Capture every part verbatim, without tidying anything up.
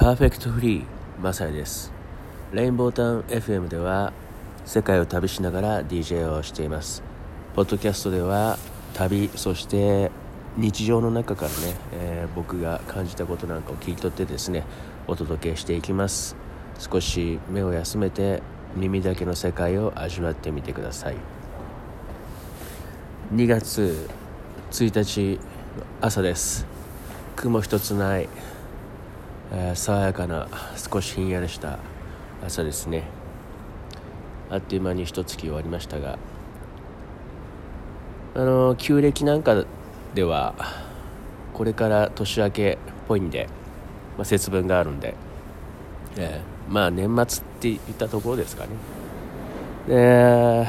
パーフェクトフリーマサイです。レインボータウン エフエム では世界を旅しながら ディージェー をしています。ポッドキャストでは旅、そして日常の中からね、えー、僕が感じたことなんかを切り取ってですねお届けしていきます。少し目を休めて耳だけの世界を味わってみてください。にがつついたち朝です。雲一つない、えー、爽やかな少しひんやりした朝ですね。あっという間に一月終わりましたが、あの旧暦なんかではこれから年明けっぽいんで、まあ、節分があるんで、えー、まあ年末って言ったところですかね。で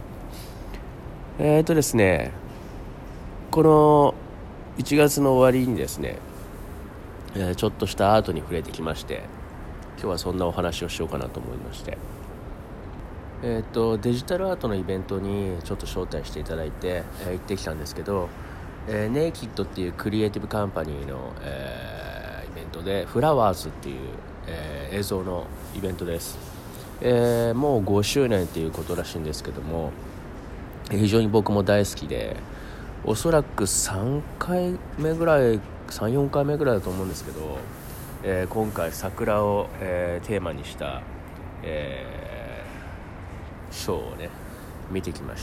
えー、っとですねこのいちがつの終わりにですね、えー、ちょっとしたアートに触れてきまして、今日はそんなお話をしようかなと思いまして、えー、とデジタルアートのイベントにちょっと招待していただいて、えー、行ってきたんですけど、えー、ネイキッドっていうクリエイティブカンパニーの、えー、イベントでフラワーズっていう、えー、映像のイベントです。えー、もうごしゅうねんっていうことらしいんですけども、非常に僕も大好きで、おそらくさんかいめぐらい さん,よん 回目ぐらいだと思うんですけど、えー、今回桜を、えー、テーマにした、えー、ショーをね見てきました。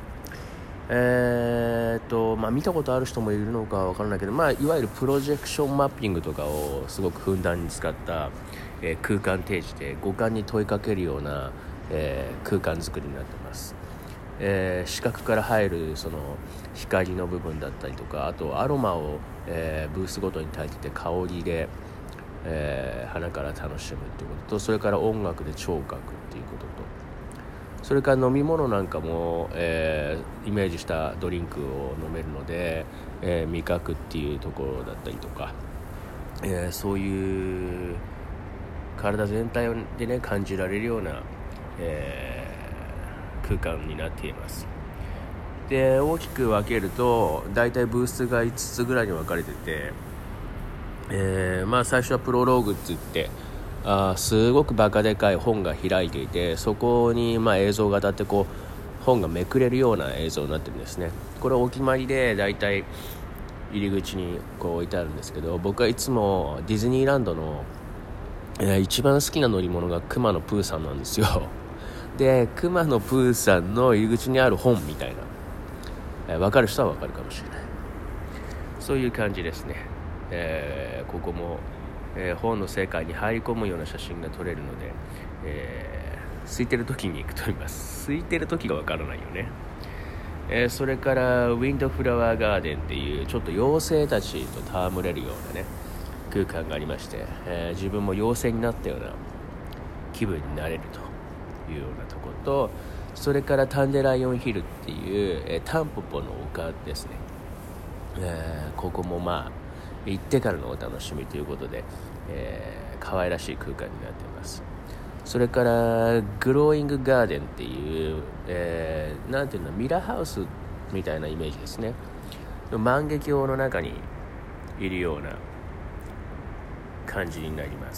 えー、っとまあ見たことある人もいるのかわからないけど、まあ、いわゆるプロジェクションマッピングとかをすごくふんだんに使った、えー、空間提示で五感に問いかけるような、えー、空間作りになっています。えー、視覚から入るその光の部分だったりとか、あとアロマを、えー、ブースごとに焚いてて香りで、えー、鼻から楽しむっていうことと、それから音楽で聴覚っていうことと、それから飲み物なんかも、えー、イメージしたドリンクを飲めるので、えー、味覚っていうところだったりとか、えー、そういう体全体でね感じられるような、えー空間になっています。で大きく分けるとだいたいブースがいつつぐらいに分かれてて、えー、まあ最初はプロローグって言って、あすごくバカでかい本が開いていて、そこにまあ映像が当たってこう本がめくれるような映像になってるんですね。これお決まりでだいたい入り口にこう置いてあるんですけど、僕はいつもディズニーランドの、えー、一番好きな乗り物がくまのプーさんなんですよ。でくまのプーさんの入り口にある本みたいな、えー、分かる人は分かるかもしれない、そういう感じですね。えー、ここも、えー、本の世界に入り込むような写真が撮れるので、えー、空いてる時に行くと言います。空いてる時が分からないよね。えー、それからウィンドフラワーガーデンっていうちょっと妖精たちと戯れるようなね空間がありまして、えー、自分も妖精になったような気分になれるというようなところと、それからタンデライオンヒルっていう、えー、タンポポの丘ですね。えー、ここもまあ行ってからのお楽しみということで、えー、可愛らしい空間になっています。それからグローイングガーデンっていう、えー、なんていうのミラーハウスみたいなイメージですね。万華鏡の中にいるような感じになります。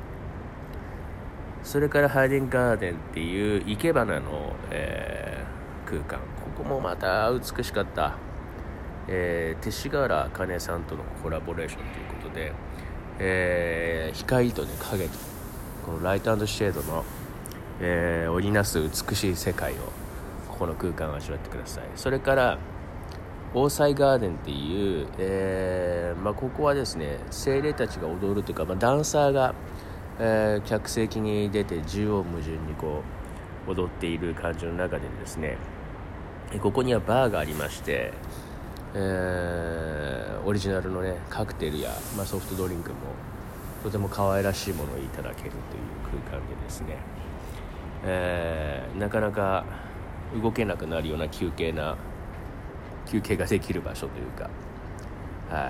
それからハイデンガーデンっていう生け花の、えー、空間、ここもまた美しかった、えー、勅使河原茜さんとのコラボレーションということで、えー、光と、ね、影とこのライト&シェードの、えー、織りなす美しい世界をここの空間を味わってください。それから防災ガーデンっていう、えーまあ、ここはですね精霊たちが踊るというか、まあ、ダンサーがえー、客席に出て縦横無尽にこう踊っている感じの中でですね、ここにはバーがありまして、えー、オリジナルのねカクテルや、まあ、ソフトドリンクもとても可愛らしいものをいただけるという空間でですね、えー、なかなか動けなくなるような休憩な休憩ができる場所というか、はい。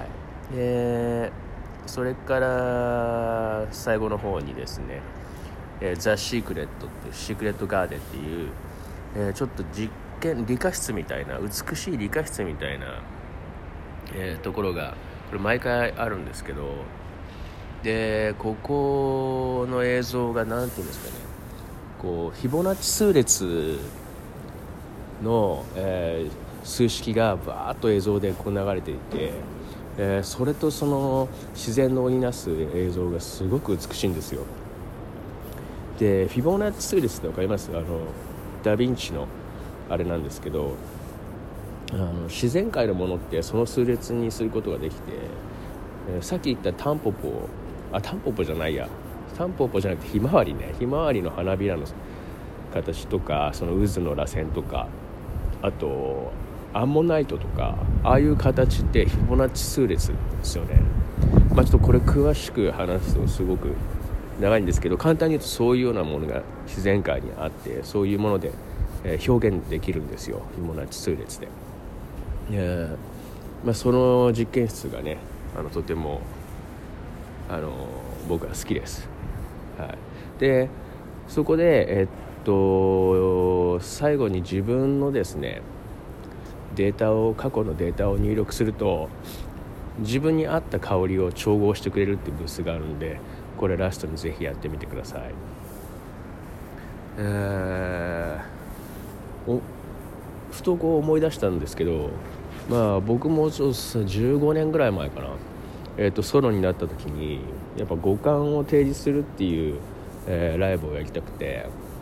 でそれから最後の方にですね、えー、ザ・シークレットっていうシークレットガーデンっていう、えー、ちょっと実験理科室みたいな美しい理科室みたいな、えー、ところがこれ毎回あるんですけど、 でここの映像がなんていうんですかね、こうフィボナッチ数列の、えー、数式がバーッと映像でこう流れていて、えー、それとその自然の織りなす映像がすごく美しいんですよ。でフィボナッチ数列って分かります？あのダヴィンチのあれなんですけど、あの自然界のものってその数列にすることができて、えー、さっき言ったタンポポあタンポポじゃないやタンポポじゃなくてひまわりねひまわりの花びらの形とか、その渦の螺旋とか、あとアンモナイトとか、ああいう形ってフィボナッチ数列ですよね。まあちょっとこれ詳しく話すとすごく長いんですけど、簡単に言うとそういうようなものが自然界にあって、そういうもので表現できるんですよ、フィボナッチ数列で。えーまあ、その実験室がね、あのとてもあの僕は好きです、はい、でそこでえっと最後に自分のですねデータを過去のデータを入力すると、自分に合った香りを調合してくれるっていうブースがあるんで、これラストにぜひやってみてください。えー、おふとこう思い出したんですけど、まあ僕もじゅうごねんぐらい前かな、えー、とソロになった時にやっぱ五感を提示するっていう、えー、ライブをやりたくて、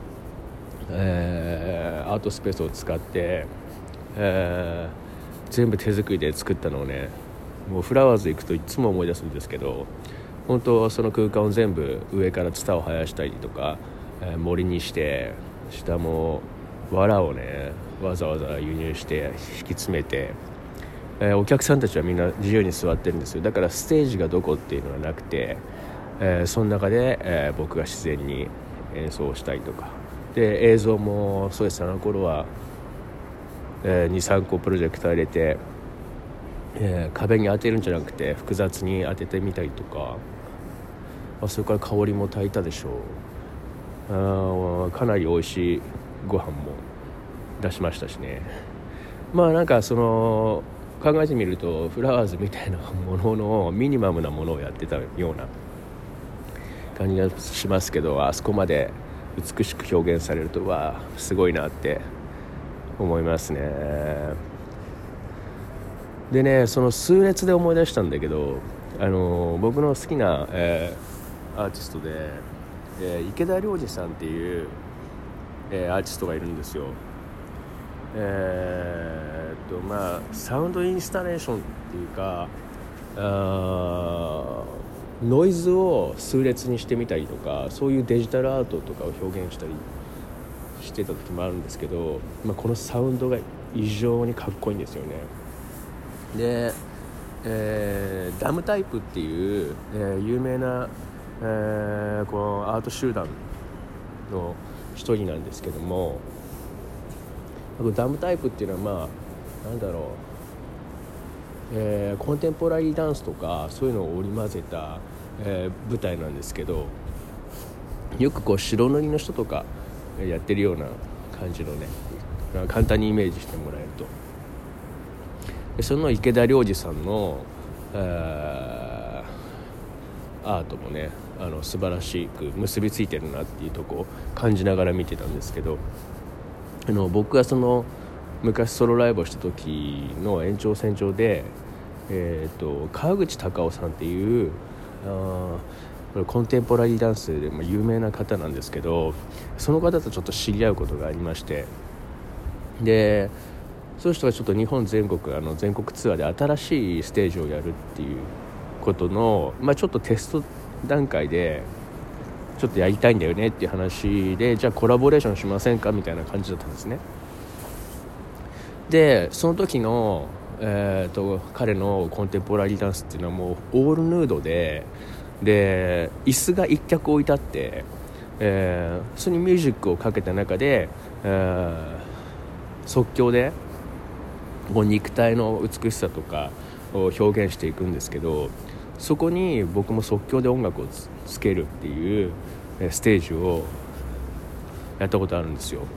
えー、アートスペースを使って、えー、全部手作りで作ったのをね、もうフラワーズ行くといつも思い出すんですけど、本当その空間を全部上からツタを生やしたりとか、えー、森にして、下も藁をねわざわざ輸入して引き詰めて、えー、お客さんたちはみんな自由に座ってるんですよ。だからステージがどこっていうのはなくて、えー、その中で、えー、僕が自然に演奏したりとかで、映像もそうです。あの頃は、えー、にさんこプロジェクター入れて、えー、壁に当てるんじゃなくて複雑に当ててみたりとか、あそれから香りも焚いたでしょう。あかなり美味しいご飯も出しましたしね。まあなんかその考えてみるとフラワーズみたいなもののミニマムなものをやってたような感じがしますけど、あそこまで美しく表現されるとはすごいなって思いますね。でね、その数列で思い出したんだけど、あの僕の好きな、えー、アーティストで、えー、池田良二さんっていう、えー、アーティストがいるんですよ。えー、っとまあサウンドインスタレーションっていうか、あノイズを数列にしてみたりとか、そういうデジタルアートとかを表現したりしてた時もあるんですけど、まあ、このサウンドが異常にかっこいいんですよね。で、えー、ダムタイプっていう、えー、有名な、えー、このアート集団の一人なんですけども、ダムタイプっていうのはまあなんだろう、えー、コンテンポラリーダンスとかそういうのを織り交ぜた、えー、舞台なんですけど、よくこう白塗りの人とかやってるような感じのね、簡単にイメージしてもらえると、でその池田良二さんの、えー、アートもね、あの素晴らしく結びついてるなっていうとこを感じながら見てたんですけど、あの僕がその昔ソロライブをした時の延長線上で、えー、と川口隆夫さんっていうあコンテンポラリーダンスで有名な方なんですけど、その方とちょっと知り合うことがありまして、でそういう人がちょっと日本全国あの全国ツアーで新しいステージをやるっていうことの、まあ、ちょっとテスト段階でちょっとやりたいんだよねっていう話で、じゃあコラボレーションしませんかみたいな感じだったんですね。でその時の、えー、と彼のコンテンポラリーダンスっていうのはもうオールヌードで、で椅子が一脚置いてあって、えー、それにミュージックをかけた中で、えー、即興でこう肉体の美しさとかを表現していくんですけど、そこに僕も即興で音楽を つ, つけるっていうステージをやったことあるんですよ。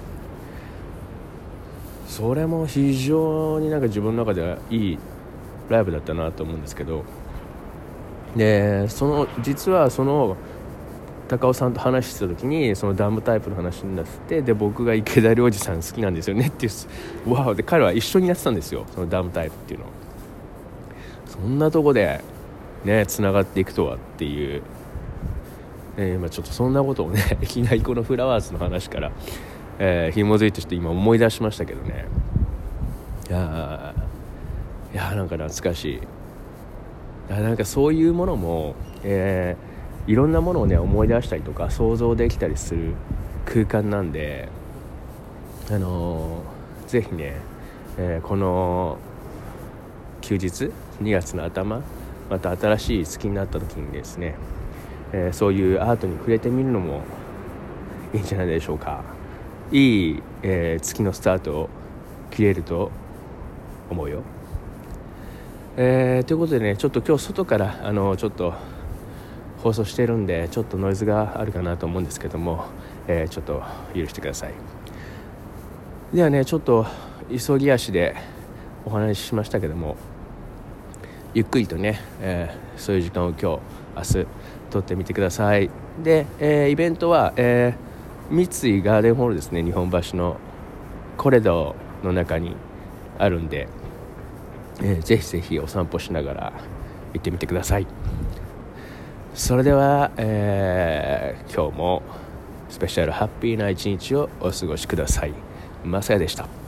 それも非常になんか自分の中ではいいライブだったなと思うんですけど、 でその実はその高尾さんと話してた時にそのダムタイプの話になってて、で僕が池田良二さん好きなんですよねっていうわおで彼は一緒にやってたんですよ、そのダムタイプっていうのを。そんなとこでねつながっていくとはっていう、えー、今ちょっとそんなことをねいきなりこのフラワーズの話から、えー、紐づいてして今思い出しましたけどね。いやーいやーなんか懐かしい。なんかそういうものも、えー、いろんなものをね思い出したりとか想像できたりする空間なんで、あのー、ぜひね、えー、この休日にがつの頭また新しい月になった時にですね、えー、そういうアートに触れてみるのもいいんじゃないでしょうか。いい、えー、月のスタートを切れると思うよ。えー、ということでね、ちょっと今日外からあのちょっと放送してるんでちょっとノイズがあるかなと思うんですけども、えー、ちょっと許してください。ではね、ちょっと急ぎ足でお話ししましたけども、ゆっくりとね、えー、そういう時間を今日明日撮ってみてください。で、えー、イベントは、えー、三井ガーデンホールですね、日本橋のコレドの中にあるんで、えー、ぜひぜひお散歩しながら行ってみてください。それでは、えー、今日もスペシャルハッピーな一日をお過ごしください。まさやでした。